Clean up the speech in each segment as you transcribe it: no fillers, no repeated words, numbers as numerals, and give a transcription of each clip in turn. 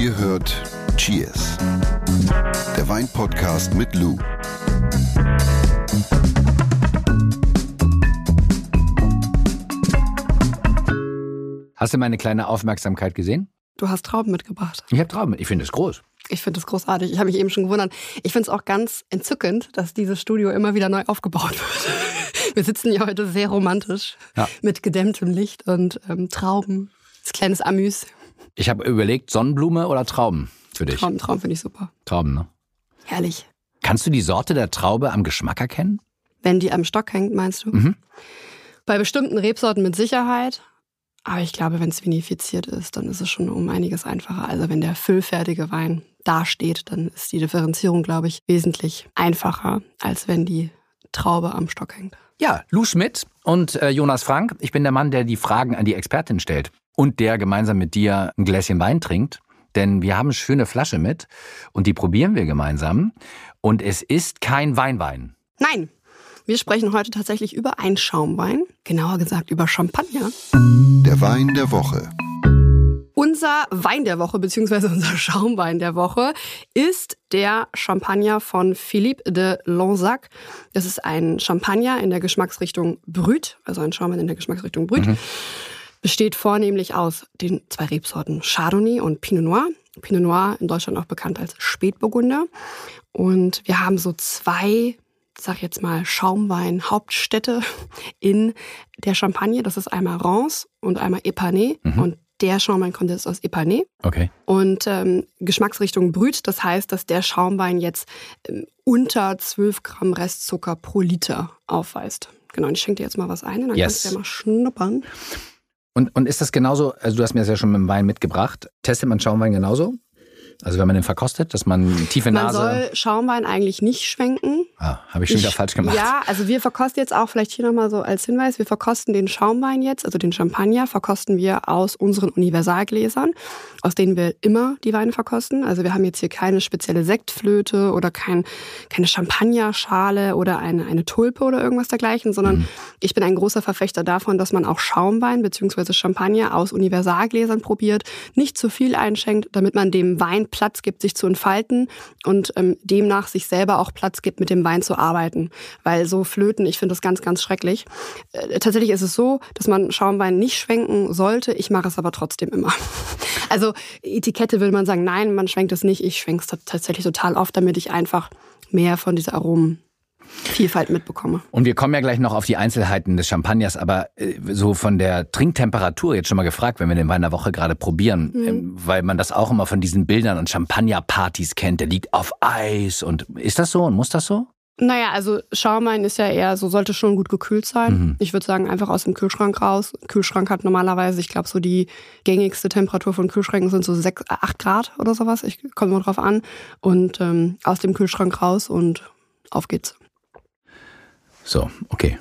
Ihr hört Cheers, der Wein-Podcast mit Lou. Hast du meine kleine Aufmerksamkeit gesehen? Du hast Trauben mitgebracht. Ich habe Trauben mit. Ich finde es groß. Ich finde es großartig. Ich habe mich eben schon gewundert. Ich finde es auch ganz entzückend, dass dieses Studio immer wieder neu aufgebaut wird. Wir sitzen hier heute sehr romantisch mit gedämmtem Licht und Trauben. Das kleines Amüs. Ich habe überlegt, Sonnenblume oder Trauben für dich? Trauben finde ich super. Trauben, ne? Herrlich. Kannst du die Sorte der Traube am Geschmack erkennen? Wenn die am Stock hängt, meinst du? Mhm. Bei bestimmten Rebsorten mit Sicherheit. Aber ich glaube, wenn es vinifiziert ist, dann ist es schon um einiges einfacher. Also wenn der füllfertige Wein dasteht, dann ist die Differenzierung, glaube ich, wesentlich einfacher, als wenn die Traube am Stock hängt. Ja, Lou Schmidt und Jonas Frank. Ich bin der Mann, der die Fragen an die Expertin stellt und der gemeinsam mit dir ein Gläschen Wein trinkt. Denn wir haben eine schöne Flasche mit und die probieren wir gemeinsam. Und es ist kein Weinwein. Nein, wir sprechen heute tatsächlich über einen Schaumwein, genauer gesagt über Champagner. Der Wein der Woche. Unser Wein der Woche, beziehungsweise unser Schaumwein der Woche, ist der Champagner von Philippe de Lansac. Das ist ein Champagner in der Geschmacksrichtung Brut, also ein Schaumwein in der Geschmacksrichtung Brut. Besteht vornehmlich aus den zwei Rebsorten Chardonnay und Pinot Noir. Pinot Noir in Deutschland auch bekannt als Spätburgunder. Und wir haben so zwei, sag ich jetzt mal, Schaumwein-Hauptstädte in der Champagne. Das ist einmal Reims und einmal Epernay. Und der Schaumwein kommt jetzt aus Epernay. Okay. Und Geschmacksrichtung Brut, das heißt, dass der Schaumwein jetzt unter 12 Gramm Restzucker pro Liter aufweist. Genau, und ich schenke dir jetzt mal was ein und dann kannst du ja mal schnuppern. Und ist das genauso, also du hast mir das ja schon mit dem Wein mitgebracht, testet man Schaumwein genauso? Also wenn man den verkostet, dass man tiefe Nase... Man soll Schaumwein eigentlich nicht schwenken. Ah, habe ich schon wieder falsch gemacht. Ja, also wir verkosten jetzt auch, vielleicht hier nochmal so als Hinweis, wir verkosten den Schaumwein jetzt, also den Champagner, verkosten wir aus unseren Universalgläsern, aus denen wir immer die Weine verkosten. Also wir haben jetzt hier keine spezielle Sektflöte oder keine Champagnerschale oder eine Tulpe oder irgendwas dergleichen, sondern ich bin ein großer Verfechter davon, dass man auch Schaumwein bzw. Champagner aus Universalgläsern probiert, nicht zu viel einschenkt, damit man dem Wein Platz gibt, sich zu entfalten und demnach sich selber auch Platz gibt, mit dem Wein zu arbeiten. Weil so Flöten, ich finde das ganz, ganz schrecklich. Tatsächlich ist es so, dass man Schaumwein nicht schwenken sollte. Ich mache es aber trotzdem immer. Also Etikette würde man sagen, nein, man schwenkt es nicht. Ich schwenke es tatsächlich total oft, damit ich einfach mehr von dieser Aromenvielfalt mitbekomme. Und wir kommen ja gleich noch auf die Einzelheiten des Champagners, aber so von der Trinktemperatur jetzt schon mal gefragt, wenn wir den Wein der Woche gerade probieren, weil man das auch immer von diesen Bildern und Champagnerpartys kennt, der liegt auf Eis. Und ist das so und muss das so? Naja, also Schaumwein ist ja eher so, sollte schon gut gekühlt sein. Ich würde sagen, einfach aus dem Kühlschrank raus. Kühlschrank hat normalerweise, ich glaube, so die gängigste Temperatur von Kühlschränken sind so 6, 8 Grad oder sowas. Ich komme mal drauf an. Und aus dem Kühlschrank raus und auf geht's. So, okay.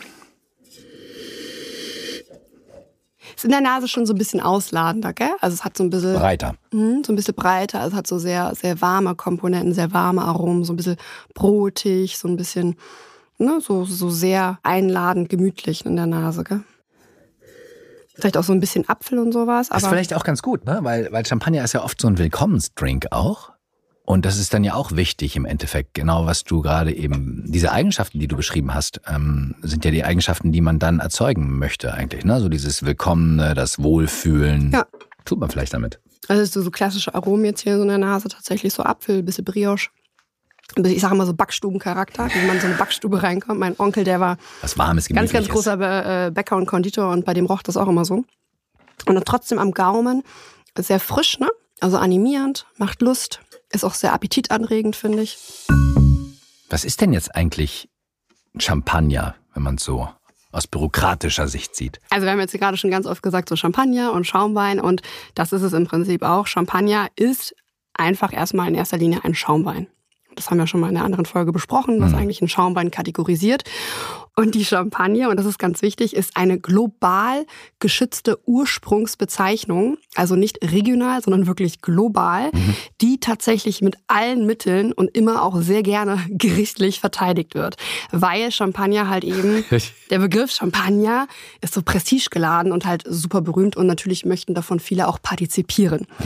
Ist in der Nase schon so ein bisschen ausladender, gell? Also es hat so ein bisschen... Breiter. So ein bisschen breiter. Also es hat so sehr, sehr warme Komponenten, sehr warme Aromen, so ein bisschen brotig, so ein bisschen, ne, so sehr einladend, gemütlich in der Nase, gell? Vielleicht auch so ein bisschen Apfel und sowas. Aber das ist vielleicht auch ganz gut, ne? Weil Champagner ist ja oft so ein Willkommensdrink auch. Und das ist dann ja auch wichtig im Endeffekt, genau was du gerade eben, diese Eigenschaften, die du beschrieben hast, sind ja die Eigenschaften, die man dann erzeugen möchte eigentlich, ne? So dieses Willkommene, das Wohlfühlen, tut man vielleicht damit. Also so klassische Aromen jetzt hier so in der Nase, tatsächlich so Apfel, ein bisschen Brioche. Ich sage immer so Backstubencharakter, wenn man in so eine Backstube reinkommt. Mein Onkel, der war was Warmes, ganz, ganz großer Bäcker und Konditor und bei dem roch das auch immer so. Und dann trotzdem am Gaumen, sehr frisch, ne? Also animierend, macht Lust. Ist auch sehr appetitanregend, finde ich. Was ist denn jetzt eigentlich Champagner, wenn man es so aus bürokratischer Sicht sieht? Also wir haben jetzt gerade schon ganz oft gesagt, so Champagner und Schaumwein und das ist es im Prinzip auch. Champagner ist einfach erstmal in erster Linie ein Schaumwein. Das haben wir schon mal in einer anderen Folge besprochen, was eigentlich ein Schaumwein kategorisiert. Und die Champagne, und das ist ganz wichtig, ist eine global geschützte Ursprungsbezeichnung, also nicht regional, sondern wirklich global, die tatsächlich mit allen Mitteln und immer auch sehr gerne gerichtlich verteidigt wird. Weil Champagner halt eben, der Begriff Champagner ist so prestigegeladen und halt super berühmt und natürlich möchten davon viele auch partizipieren.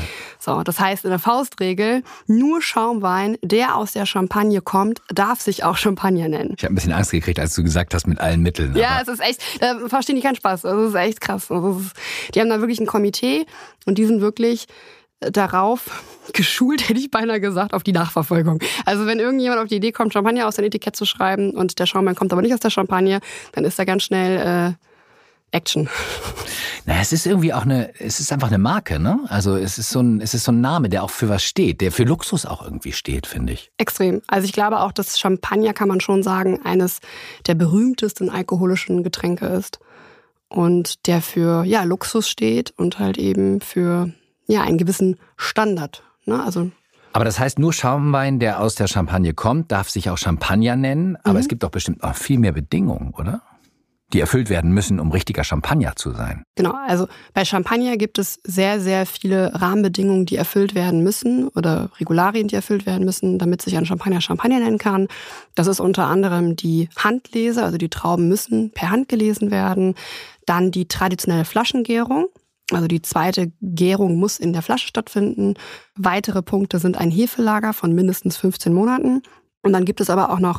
So, das heißt in der Faustregel, nur Schaumwein, der aus der Champagne kommt, darf sich auch Champagner nennen. Ich habe ein bisschen Angst gekriegt, als du gesagt hast, mit allen Mitteln. Ja, es ist echt, da verstehen die keinen Spaß. Also, es ist echt krass. Also, die haben da wirklich ein Komitee und die sind wirklich darauf geschult, hätte ich beinahe gesagt, auf die Nachverfolgung. Also wenn irgendjemand auf die Idee kommt, Champagner auf sein Etikett zu schreiben und der Schaumwein kommt aber nicht aus der Champagne, dann ist da ganz schnell Action. Na, es ist irgendwie auch es ist einfach eine Marke, ne? Also es ist so ein Name, der auch für was steht, der für Luxus auch irgendwie steht, finde ich. Extrem. Also ich glaube auch, dass Champagner, kann man schon sagen, eines der berühmtesten alkoholischen Getränke ist. Und der für Luxus steht und halt eben für einen gewissen Standard. Ne? Also aber das heißt, nur Schaumwein, der aus der Champagne kommt, darf sich auch Champagner nennen. Aber es gibt doch bestimmt auch viel mehr Bedingungen, oder? Die erfüllt werden müssen, um richtiger Champagner zu sein. Genau, also bei Champagner gibt es sehr, sehr viele Rahmenbedingungen, die erfüllt werden müssen oder Regularien, die erfüllt werden müssen, damit sich ein Champagner Champagner nennen kann. Das ist unter anderem die Handlese, also die Trauben müssen per Hand gelesen werden. Dann die traditionelle Flaschengärung. Also die zweite Gärung muss in der Flasche stattfinden. Weitere Punkte sind ein Hefelager von mindestens 15 Monaten. Und dann gibt es aber auch noch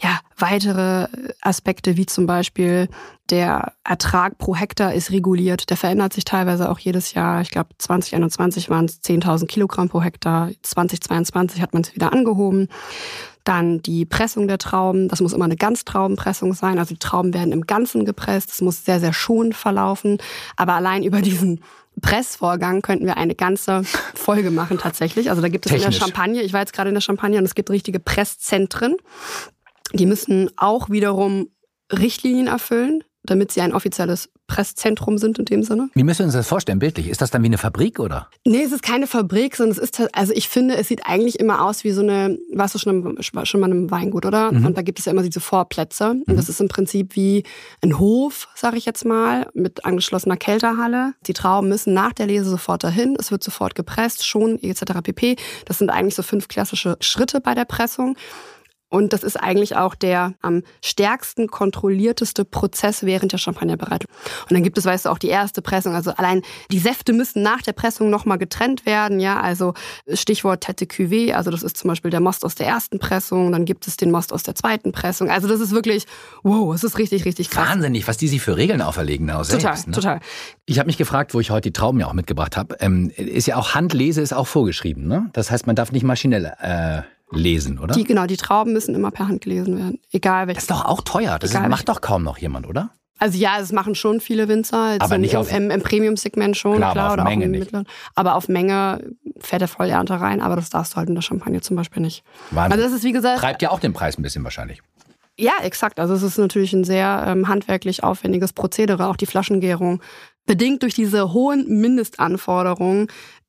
weitere Aspekte, wie zum Beispiel der Ertrag pro Hektar ist reguliert. Der verändert sich teilweise auch jedes Jahr. Ich glaube, 2021 waren es 10.000 Kilogramm pro Hektar. 2022 hat man es wieder angehoben. Dann die Pressung der Trauben. Das muss immer eine Ganztraubenpressung sein. Also die Trauben werden im Ganzen gepresst. Es muss sehr, sehr schonend verlaufen. Aber allein über diesen Pressvorgang könnten wir eine ganze Folge machen tatsächlich. Also da gibt es in der Champagne, ich war jetzt gerade in der Champagne und es gibt richtige Presszentren. Die müssen auch wiederum Richtlinien erfüllen, damit sie ein offizielles Presszentrum sind in dem Sinne. Wie müssen wir uns das vorstellen, bildlich? Ist das dann wie eine Fabrik, oder? Nee, es ist keine Fabrik, sondern es ist, also ich finde, es sieht eigentlich immer aus wie so eine, warst du schon mal in einem Weingut, oder? Mhm. Und da gibt es ja immer diese Vorplätze. Und das ist im Prinzip wie ein Hof, sage ich jetzt mal, mit angeschlossener Kälterhalle. Die Trauben müssen nach der Lese sofort dahin, es wird sofort gepresst, schon etc. pp. Das sind eigentlich so 5 klassische Schritte bei der Pressung. Und das ist eigentlich auch der am stärksten kontrollierteste Prozess während der Champagnerbereitung. Und dann gibt es, weißt du, auch die erste Pressung. Also allein die Säfte müssen nach der Pressung nochmal getrennt werden. Ja, also Stichwort Tête de Cuvée. Also das ist zum Beispiel der Most aus der ersten Pressung. Dann gibt es den Most aus der zweiten Pressung. Also das ist wirklich, wow, es ist richtig, richtig krass. Wahnsinnig, was die sich für Regeln auferlegen. Total. Ich habe mich gefragt, wo ich heute die Trauben ja auch mitgebracht habe. Ist ja auch Handlese ist auch vorgeschrieben, ne? Das heißt, man darf nicht maschinell lesen, oder? Die Trauben müssen immer per Hand gelesen werden. Egal welches. Das ist doch auch teuer. Das macht doch kaum noch jemand, oder? Also ja, das machen schon viele Winzer. Aber nicht im Premium-Segment schon, klar, aber auf oder Menge auch im nicht. Mittleren. Aber auf Menge fährt der Vollernte rein, aber das darfst du halt in der Champagne zum Beispiel nicht. Wahnsinn. Also das ist, wie gesagt, treibt ja auch den Preis ein bisschen wahrscheinlich. Ja, exakt. Also es ist natürlich ein sehr handwerklich aufwendiges Prozedere, auch die Flaschengärung. Bedingt durch diese hohen Mindestanforderungen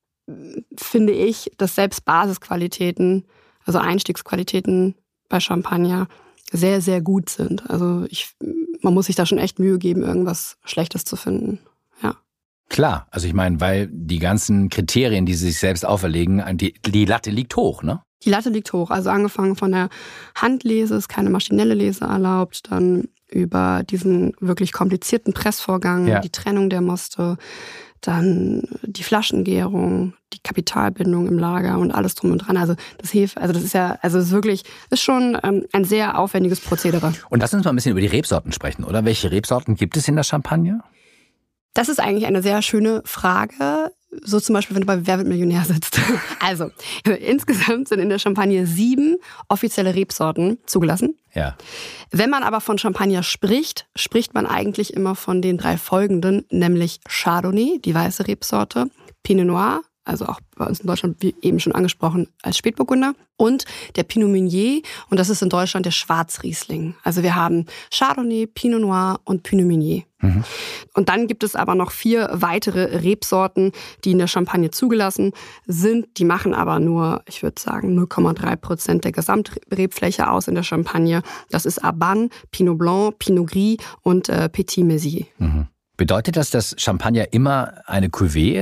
finde ich, dass selbst Basisqualitäten, also Einstiegsqualitäten bei Champagner sehr, sehr gut sind. Also man muss sich da schon echt Mühe geben, irgendwas Schlechtes zu finden. Ja. Klar, also ich meine, weil die ganzen Kriterien, die sie sich selbst auferlegen, die Latte liegt hoch, ne? Die Latte liegt hoch. Also angefangen von der Handlese, ist keine maschinelle Lese erlaubt, dann über diesen wirklich komplizierten Pressvorgang, die Trennung der Moste, dann die Flaschengärung, die Kapitalbindung im Lager und alles drum und dran. Also das hilft, also das ist ja, also es ist schon ein sehr aufwendiges Prozedere. Und lass uns mal ein bisschen über die Rebsorten sprechen, oder? Welche Rebsorten gibt es in der Champagne? Das ist eigentlich eine sehr schöne Frage. So zum Beispiel, wenn du bei Wer wird Millionär sitzt. Also, insgesamt sind in der Champagne 7 offizielle Rebsorten zugelassen. Ja. Wenn man aber von Champagner spricht, spricht man eigentlich immer von den 3 folgenden, nämlich Chardonnay, die weiße Rebsorte, Pinot Noir, also auch bei uns in Deutschland, wie eben schon angesprochen, als Spätburgunder, und der Pinot Meunier, und das ist in Deutschland der Schwarzriesling. Also wir haben Chardonnay, Pinot Noir und Pinot Meunier. Mhm. Und dann gibt es aber noch 4 weitere Rebsorten, die in der Champagne zugelassen sind. Die machen aber nur, ich würde sagen, 0,3% der Gesamtrebfläche aus in der Champagne. Das ist Aban, Pinot Blanc, Pinot Gris und Petit Messier. Mhm. Bedeutet das, dass Champagner immer eine Cuvée ist?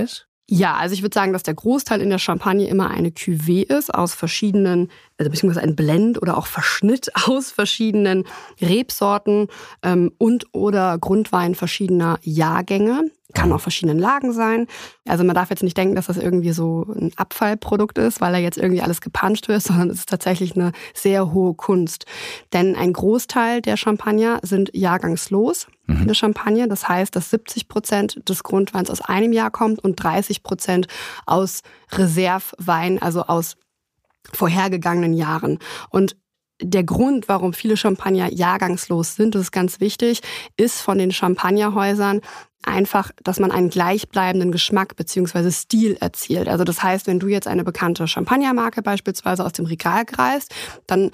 Ja, also ich würde sagen, dass der Großteil in der Champagne immer eine Cuvée ist aus verschiedenen, also beziehungsweise ein Blend oder auch Verschnitt aus verschiedenen Rebsorten und oder Grundwein verschiedener Jahrgänge. Kann auch verschiedenen Lagen sein. Also man darf jetzt nicht denken, dass das irgendwie so ein Abfallprodukt ist, weil da jetzt irgendwie alles gepanscht wird, sondern es ist tatsächlich eine sehr hohe Kunst. Denn ein Großteil der Champagner sind jahrgangslos in der Champagne. Das heißt, dass 70% des Grundweins aus einem Jahr kommt und 30% aus Reservewein, also aus vorhergegangenen Jahren. Und der Grund, warum viele Champagner jahrgangslos sind, das ist ganz wichtig, ist von den Champagnerhäusern einfach, dass man einen gleichbleibenden Geschmack bzw. Stil erzielt. Also das heißt, wenn du jetzt eine bekannte Champagnermarke beispielsweise aus dem Regal greifst, dann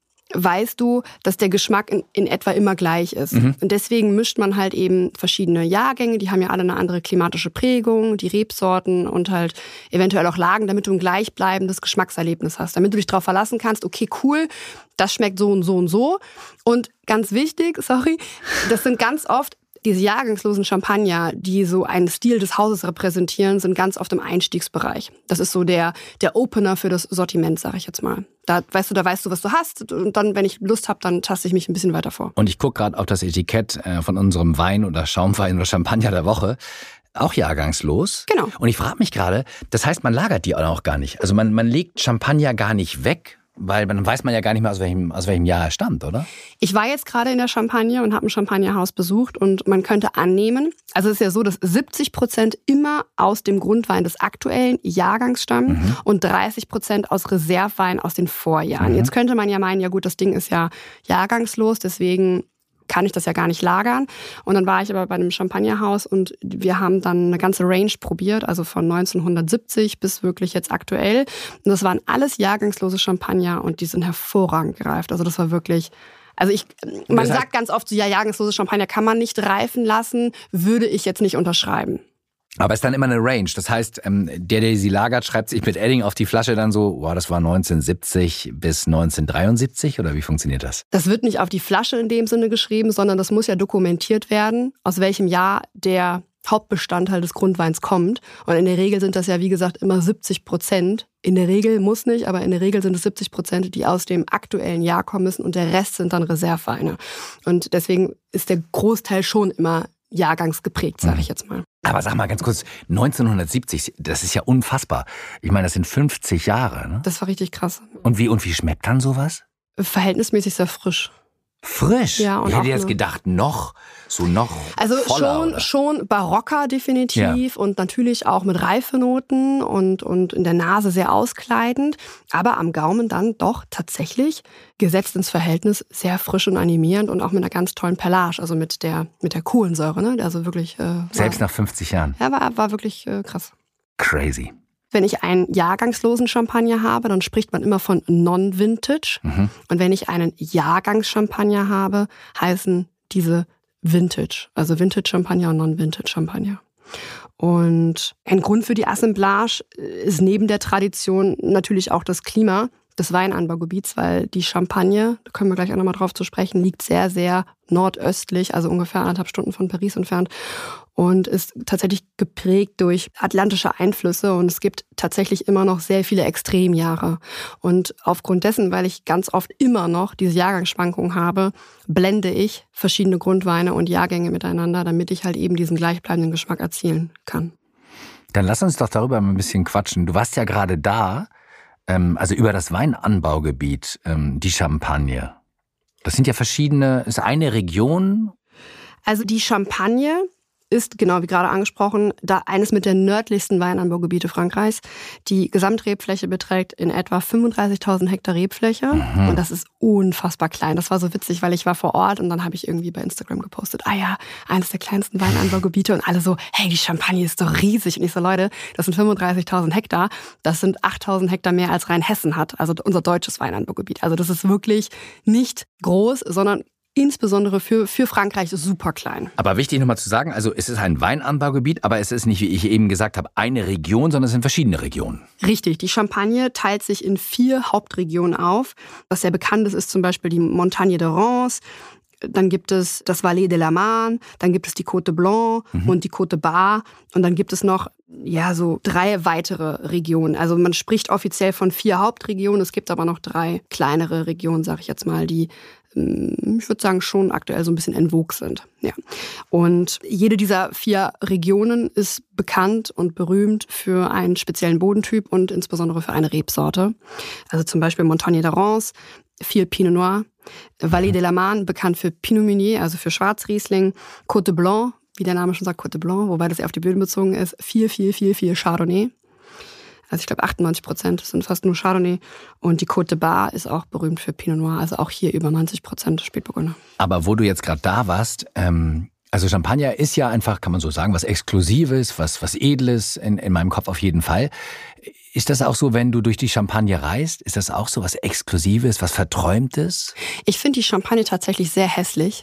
weißt du, dass der Geschmack in etwa immer gleich ist. Und deswegen mischt man halt eben verschiedene Jahrgänge, die haben ja alle eine andere klimatische Prägung, die Rebsorten und halt eventuell auch Lagen, damit du ein gleichbleibendes Geschmackserlebnis hast, damit du dich darauf verlassen kannst, okay, cool, das schmeckt so und so und so. Und ganz wichtig, das sind ganz oft diese jahrgangslosen Champagner, die so einen Stil des Hauses repräsentieren, sind ganz oft im Einstiegsbereich. Das ist so der Opener für das Sortiment, sage ich jetzt mal. Da weißt du, was du hast. Und dann, wenn ich Lust habe, dann taste ich mich ein bisschen weiter vor. Und ich gucke gerade auf das Etikett von unserem Wein oder Schaumwein oder Champagner der Woche. Auch jahrgangslos. Genau. Und ich frage mich gerade, das heißt, man lagert die auch gar nicht. Also man legt Champagner gar nicht weg, weil dann weiß man ja gar nicht mehr, aus welchem Jahr er stammt, oder? Ich war jetzt gerade in der Champagne und habe ein Champagnerhaus besucht und man könnte annehmen, also es ist ja so, dass 70% immer aus dem Grundwein des aktuellen Jahrgangs stammen und 30% aus Reservewein aus den Vorjahren. Jetzt könnte man ja meinen, ja gut, das Ding ist ja jahrgangslos, deswegen kann ich das ja gar nicht lagern. Und dann war ich aber bei einem Champagnerhaus und wir haben dann eine ganze Range probiert, also von 1970 bis wirklich jetzt aktuell. Und das waren alles jahrgangslose Champagner und die sind hervorragend gereift. Also das war wirklich, man sagt ganz oft so, ja, jahrgangslose Champagner kann man nicht reifen lassen, würde ich jetzt nicht unterschreiben. Aber es ist dann immer eine Range. Das heißt, der sie lagert, schreibt sich mit Edding auf die Flasche dann so, wow, das war 1970 bis 1973 oder wie funktioniert das? Das wird nicht auf die Flasche in dem Sinne geschrieben, sondern das muss ja dokumentiert werden, aus welchem Jahr der Hauptbestandteil des Grundweins kommt. Und in der Regel sind das ja, wie gesagt, immer 70%. In der Regel muss nicht, aber in der Regel sind es 70%, die aus dem aktuellen Jahr kommen müssen und der Rest sind dann Reserveweine. Und deswegen ist der Großteil schon immer jahrgangsgeprägt, sage ich jetzt mal. Aber sag mal ganz kurz, 1970, das ist ja unfassbar. Ich meine, das sind 50 Jahre, ne? Das war richtig krass. Und wie schmeckt dann sowas? Verhältnismäßig sehr frisch. Frisch? Ja, und ich hätte jetzt gedacht, noch also voller, schon barocker definitiv und natürlich auch mit Reifenoten und in der Nase sehr auskleidend, aber am Gaumen dann doch tatsächlich gesetzt ins Verhältnis sehr frisch und animierend und auch mit einer ganz tollen Perlage, also mit der Kohlensäure, ne? Also wirklich selbst nach 50 Jahren. Ja, war wirklich krass. Crazy. Wenn ich einen jahrgangslosen Champagner habe, dann spricht man immer von Non-Vintage. Und wenn ich einen Jahrgangschampagner habe, heißen diese Vintage. Also Vintage-Champagner und Non-Vintage-Champagner. Und ein Grund für die Assemblage ist neben der Tradition natürlich auch das Klima des Weinanbaugebiets, weil die Champagne, da können wir gleich auch nochmal drauf zu sprechen, liegt sehr, sehr nordöstlich, also ungefähr 1,5 Stunden von Paris entfernt und ist tatsächlich geprägt durch atlantische Einflüsse und es gibt tatsächlich immer noch sehr viele Extremjahre. Und aufgrund dessen, weil ich ganz oft immer noch diese Jahrgangsschwankungen habe, blende ich verschiedene Grundweine und Jahrgänge miteinander, damit ich halt eben diesen gleichbleibenden Geschmack erzielen kann. Dann lass uns doch darüber mal ein bisschen quatschen. Du warst ja gerade da, also über das Weinanbaugebiet, die Champagne. Das sind ja verschiedene, ist eine Region? Also die Champagne ist, genau wie gerade angesprochen, da eines mit der nördlichsten Weinanbaugebiete Frankreichs. Die Gesamtrebfläche beträgt in etwa 35.000 Hektar Rebfläche. Und das ist unfassbar klein. Das war so witzig, weil ich war vor Ort und dann habe ich irgendwie bei Instagram gepostet, eines der kleinsten Weinanbaugebiete und alle so, hey, die Champagne ist doch riesig. Und ich so, Leute, das sind 35.000 Hektar. Das sind 8.000 Hektar mehr als Rheinhessen hat, also unser deutsches Weinanbaugebiet. Also das ist wirklich nicht groß, sondern insbesondere für Frankreich super klein. Aber wichtig nochmal zu sagen, also es ist ein Weinanbaugebiet, aber es ist nicht, wie ich eben gesagt habe, eine Region, sondern es sind verschiedene Regionen. Richtig, die Champagne teilt sich in 4 Hauptregionen auf. Was sehr bekannt ist zum Beispiel die Montagne de Reims, dann gibt es das Valais de la Marne, dann gibt es die Côte de Blanc und die Côte de Bar und dann gibt es noch ja, so 3 weitere Regionen. Also man spricht offiziell von 4 Hauptregionen. Es gibt aber noch 3 kleinere Regionen, sage ich jetzt mal, die, ich würde sagen, schon aktuell so ein bisschen en vogue sind. Ja. Und jede dieser 4 Regionen ist bekannt und berühmt für einen speziellen Bodentyp und insbesondere für eine Rebsorte. Also zum Beispiel Montagne d'Arance, viel Pinot Noir, Vallée de la Marne, bekannt für Pinot Meunier, also für Schwarzriesling, Côte de Blanc, wie der Name schon sagt, Côte de Blanc, wobei das eher auf die Böden bezogen ist, viel Chardonnay. Also ich glaube 98% sind fast nur Chardonnay. Und die Côte de Bar ist auch berühmt für Pinot Noir, also auch hier über 90% Spätburgunder. Aber wo du jetzt gerade da warst, also Champagner ist ja einfach, kann man so sagen, was Exklusives, was Edles, in meinem Kopf auf jeden Fall. Ist das auch so, wenn du durch die Champagne reist? Ist das auch so was Exklusives, was Verträumtes? Ich finde die Champagne tatsächlich sehr hässlich.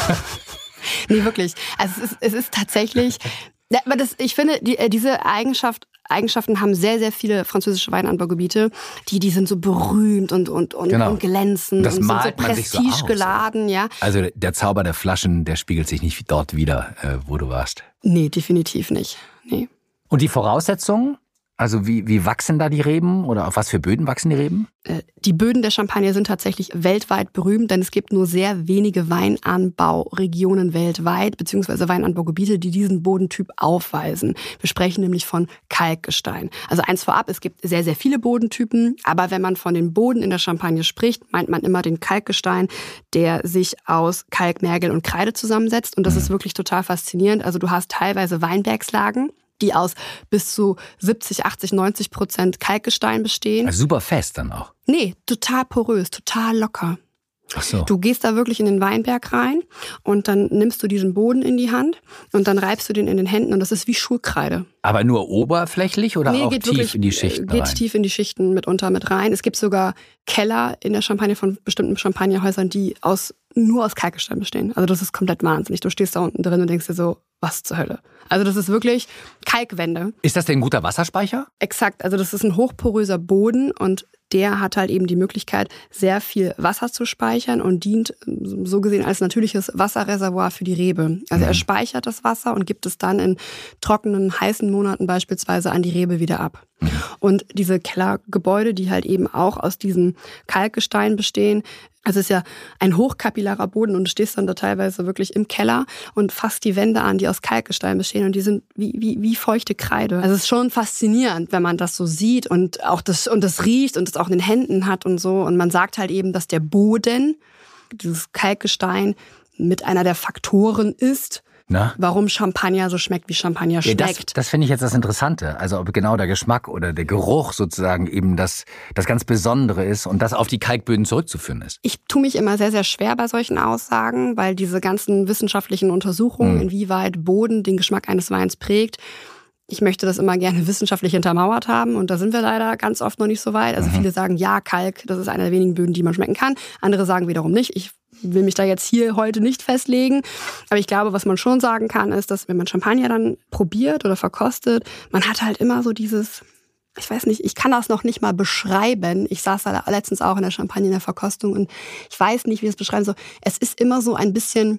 Nee, wirklich. Also es ist tatsächlich, aber ich finde, diese Eigenschaften haben sehr, sehr viele französische Weinanbaugebiete, die sind so berühmt und glänzen das und sind so prestigegeladen. Ja. Also der Zauber der Flaschen, der spiegelt sich nicht dort wider, wo du warst. Nee, definitiv nicht. Nee. Und die Voraussetzungen? Also wie wachsen da die Reben oder auf was für Böden wachsen die Reben? Die Böden der Champagne sind tatsächlich weltweit berühmt, denn es gibt nur sehr wenige Weinanbauregionen weltweit, beziehungsweise Weinanbaugebiete, die diesen Bodentyp aufweisen. Wir sprechen nämlich von Kalkgestein. Also eins vorab, es gibt sehr, sehr viele Bodentypen, aber wenn man von dem Boden in der Champagne spricht, meint man immer den Kalkgestein, der sich aus Kalk, Mergel und Kreide zusammensetzt. Und das ist wirklich total faszinierend. Also du hast teilweise Weinbergslagen, die aus bis zu 70, 80, 90% Kalkgestein bestehen. Also super fest dann auch? Nee, total porös, total locker. Ach so. Du gehst da wirklich in den Weinberg rein und dann nimmst du diesen Boden in die Hand und dann reibst du den in den Händen und das ist wie Schulkreide. Aber nur oberflächlich oder auch geht tief wirklich, in die Schichten rein? Geht tief in die Schichten mitunter mit rein. Es gibt sogar Keller in der Champagne von bestimmten Champagnerhäusern, die nur aus Kalkgestein bestehen. Also das ist komplett wahnsinnig. Du stehst da unten drin und denkst dir so, was zur Hölle? Also das ist wirklich Kalkwände. Ist das denn ein guter Wasserspeicher? Exakt. Also das ist ein hochporöser Boden und der hat halt eben die Möglichkeit, sehr viel Wasser zu speichern und dient so gesehen als natürliches Wasserreservoir für die Rebe. Also er speichert das Wasser und gibt es dann in trockenen, heißen Monaten beispielsweise an die Rebe wieder ab. Und diese Kellergebäude, die halt eben auch aus diesem Kalkgestein bestehen, also es ist ja ein hochkapillarer Boden und du stehst dann da teilweise wirklich im Keller und fasst die Wände an, die aus Kalkgestein bestehen und die sind wie feuchte Kreide. Also es ist schon faszinierend, wenn man das so sieht und auch das riecht und es auch in den Händen hat und so. Und man sagt halt eben, dass der Boden, dieses Kalkgestein, mit einer der Faktoren ist, warum Champagner so schmeckt, wie Champagner schmeckt. Das finde ich jetzt das Interessante. Also ob genau der Geschmack oder der Geruch sozusagen eben das ganz Besondere ist und das auf die Kalkböden zurückzuführen ist. Ich tue mich immer sehr, sehr schwer bei solchen Aussagen, weil diese ganzen wissenschaftlichen Untersuchungen, inwieweit Boden den Geschmack eines Weins prägt, ich möchte das immer gerne wissenschaftlich hintermauert haben und da sind wir leider ganz oft noch nicht so weit. Also viele sagen, ja, Kalk, das ist einer der wenigen Böden, die man schmecken kann. Andere sagen wiederum nicht. Ich will mich da jetzt hier heute nicht festlegen. Aber ich glaube, was man schon sagen kann, ist, dass wenn man Champagner dann probiert oder verkostet, man hat halt immer so dieses, ich weiß nicht, ich kann das noch nicht mal beschreiben. Ich saß da letztens auch in der Champagne in der Verkostung und ich weiß nicht, wie ich das beschreiben soll. Es ist immer so ein bisschen,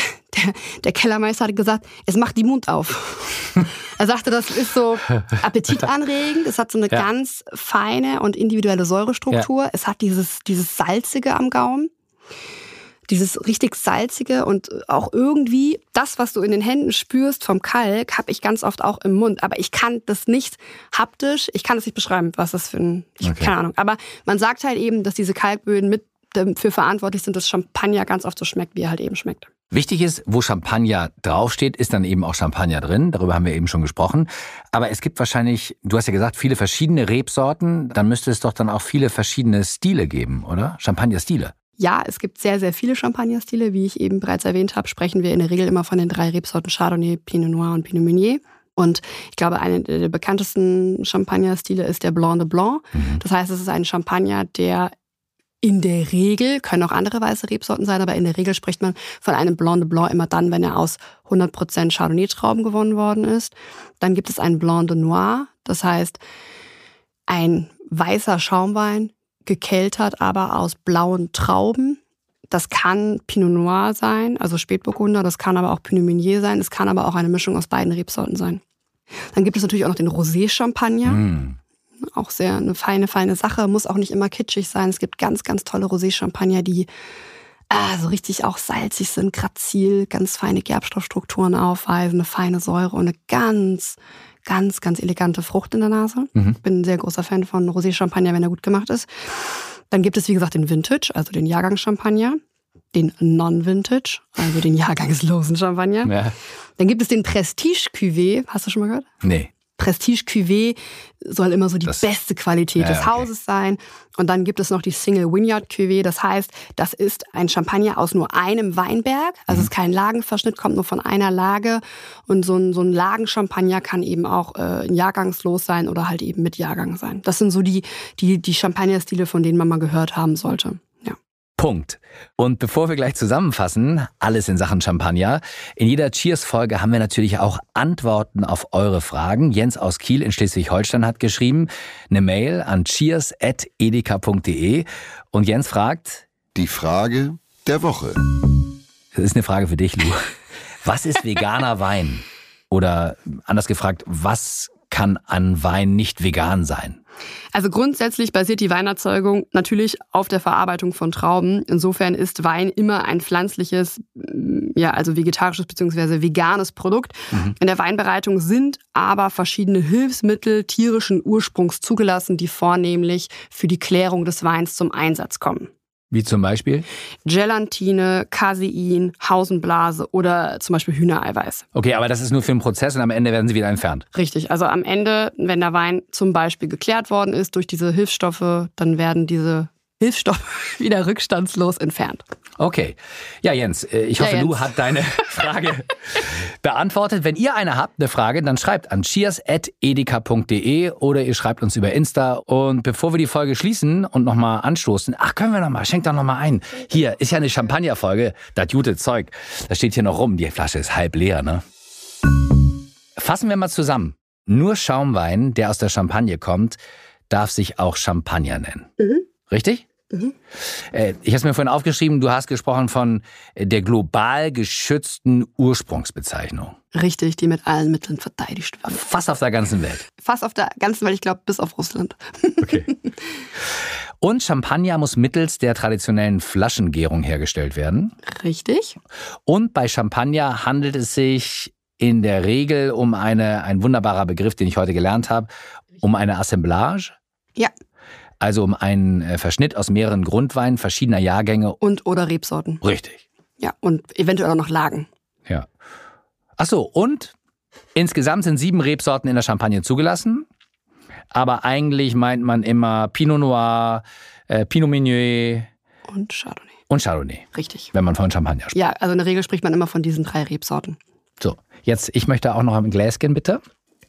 der Kellermeister hat gesagt, es macht die Mund auf. Er sagte, das ist so appetitanregend, es hat so eine ganz feine und individuelle Säurestruktur. Ja. Es hat dieses Salzige am Gaumen. Dieses richtig salzige und auch irgendwie das, was du in den Händen spürst vom Kalk, habe ich ganz oft auch im Mund. Aber ich kann das nicht haptisch, ich kann das nicht beschreiben, was das für keine Ahnung. Aber man sagt halt eben, dass diese Kalkböden mit dafür verantwortlich sind, dass Champagner ganz oft so schmeckt, wie er halt eben schmeckt. Wichtig ist, wo Champagner draufsteht, ist dann eben auch Champagner drin. Darüber haben wir eben schon gesprochen. Aber es gibt wahrscheinlich, du hast ja gesagt, viele verschiedene Rebsorten. Dann müsste es doch dann auch viele verschiedene Stile geben, oder? Champagner-Stile. Ja, es gibt sehr, sehr viele Champagner-Stile. Wie ich eben bereits erwähnt habe, sprechen wir in der Regel immer von den 3 Rebsorten Chardonnay, Pinot Noir und Pinot Meunier. Und ich glaube, einer der bekanntesten Champagner-Stile ist der Blanc de Blanc. Das heißt, es ist ein Champagner, der in der Regel, können auch andere weiße Rebsorten sein, aber in der Regel spricht man von einem Blanc de Blanc immer dann, wenn er aus 100% Chardonnay-Trauben gewonnen worden ist. Dann gibt es einen Blanc de Noir, das heißt ein weißer Schaumwein, gekeltert aber aus blauen Trauben. Das kann Pinot Noir sein, also Spätburgunder, das kann aber auch Pinot Meunier sein, es kann aber auch eine Mischung aus beiden Rebsorten sein. Dann gibt es natürlich auch noch den Rosé-Champagner. Auch sehr eine feine Sache. Muss auch nicht immer kitschig sein. Es gibt ganz, ganz tolle Rosé-Champagner, die so richtig auch salzig sind, grazil, ganz feine Gerbstoffstrukturen aufweisen, eine feine Säure und eine ganz, ganz, ganz elegante Frucht in der Nase. Ich bin ein sehr großer Fan von Rosé-Champagner, wenn er gut gemacht ist. Dann gibt es, wie gesagt, den Vintage, also den Jahrgangschampagner. Den Non-Vintage, also den jahrgangslosen Champagner. Ja. Dann gibt es den Prestige Cuvée. Hast du schon mal gehört? Nee. Prestige Cuvée soll immer so die beste Qualität des Hauses sein. Und dann gibt es noch die Single Vineyard Cuvée. Das heißt, das ist ein Champagner aus nur einem Weinberg. Also es ist kein Lagenverschnitt, kommt nur von einer Lage. Und so ein Lagenchampagner kann eben auch jahrgangslos sein oder halt eben mit Jahrgang sein. Das sind so die Champagnerstile, von denen man mal gehört haben sollte. Punkt. Und bevor wir gleich zusammenfassen, alles in Sachen Champagner, in jeder Cheers-Folge haben wir natürlich auch Antworten auf eure Fragen. Jens aus Kiel in Schleswig-Holstein hat geschrieben, eine Mail an cheers@edeka.de. Und Jens fragt: Die Frage der Woche. Das ist eine Frage für dich, Lu. Was ist veganer Wein? Oder anders gefragt, was kann an Wein nicht vegan sein? Also grundsätzlich basiert die Weinerzeugung natürlich auf der Verarbeitung von Trauben. Insofern ist Wein immer ein pflanzliches, also vegetarisches bzw. veganes Produkt. In der Weinbereitung sind aber verschiedene Hilfsmittel tierischen Ursprungs zugelassen, die vornehmlich für die Klärung des Weins zum Einsatz kommen. Wie zum Beispiel? Gelatine, Casein, Hausenblase oder zum Beispiel Hühnereiweiß. Okay, aber das ist nur für den Prozess und am Ende werden sie wieder entfernt. Richtig, also am Ende, wenn der Wein zum Beispiel geklärt worden ist durch diese Hilfsstoffe, dann werden diese Hilfsstoffe wieder rückstandslos entfernt. Okay. Ja, Jens, ich hoffe, Lu hat deine Frage beantwortet. Wenn ihr eine habt, eine Frage, dann schreibt an cheers@edeka.de oder ihr schreibt uns über Insta. Und bevor wir die Folge schließen und nochmal anstoßen, können wir nochmal, schenkt doch nochmal ein. Hier ist ja eine Champagnerfolge, das gute Zeug. Das steht hier noch rum, die Flasche ist halb leer, ne? Fassen wir mal zusammen. Nur Schaumwein, der aus der Champagne kommt, darf sich auch Champagner nennen. Richtig? Ich habe es mir vorhin aufgeschrieben, du hast gesprochen von der global geschützten Ursprungsbezeichnung. Richtig, die mit allen Mitteln verteidigt wird. Fast auf der ganzen Welt. Fast auf der ganzen Welt, ich glaube bis auf Russland. Okay. Und Champagner muss mittels der traditionellen Flaschengärung hergestellt werden. Richtig. Und bei Champagner handelt es sich in der Regel um ein wunderbarer Begriff, den ich heute gelernt habe, um eine Assemblage. Ja. Also um einen Verschnitt aus mehreren Grundweinen verschiedener Jahrgänge. Und oder Rebsorten. Richtig. Ja, und eventuell auch noch Lagen. Ja. Ach so, und insgesamt sind 7 Rebsorten in der Champagne zugelassen. Aber eigentlich meint man immer Pinot Noir, Pinot Meunier und Chardonnay. Und Chardonnay. Richtig. Wenn man von Champagner spricht. Ja, also in der Regel spricht man immer von diesen 3 Rebsorten. So, jetzt, ich möchte auch noch ein Gläschen, bitte.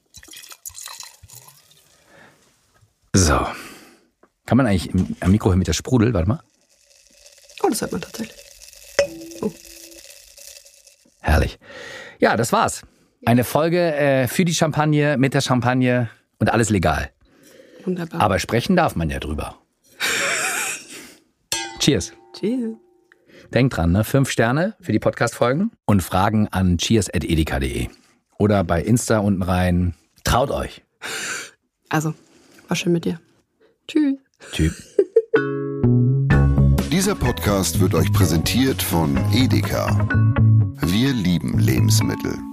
So. Kann man eigentlich am Mikro hören mit der Sprudel? Warte mal. Oh, das hört man tatsächlich. Oh. Herrlich. Ja, das war's. Eine Folge für die Champagne, mit der Champagne und alles legal. Wunderbar. Aber sprechen darf man ja drüber. Cheers. Cheers. Denkt dran, ne? 5 Sterne für die Podcast-Folgen und Fragen an cheers@edeka.de. Oder bei Insta unten rein. Traut euch. Also, war schön mit dir. Tschüss. Tschüss. Dieser Podcast wird euch präsentiert von Edeka. Wir lieben Lebensmittel.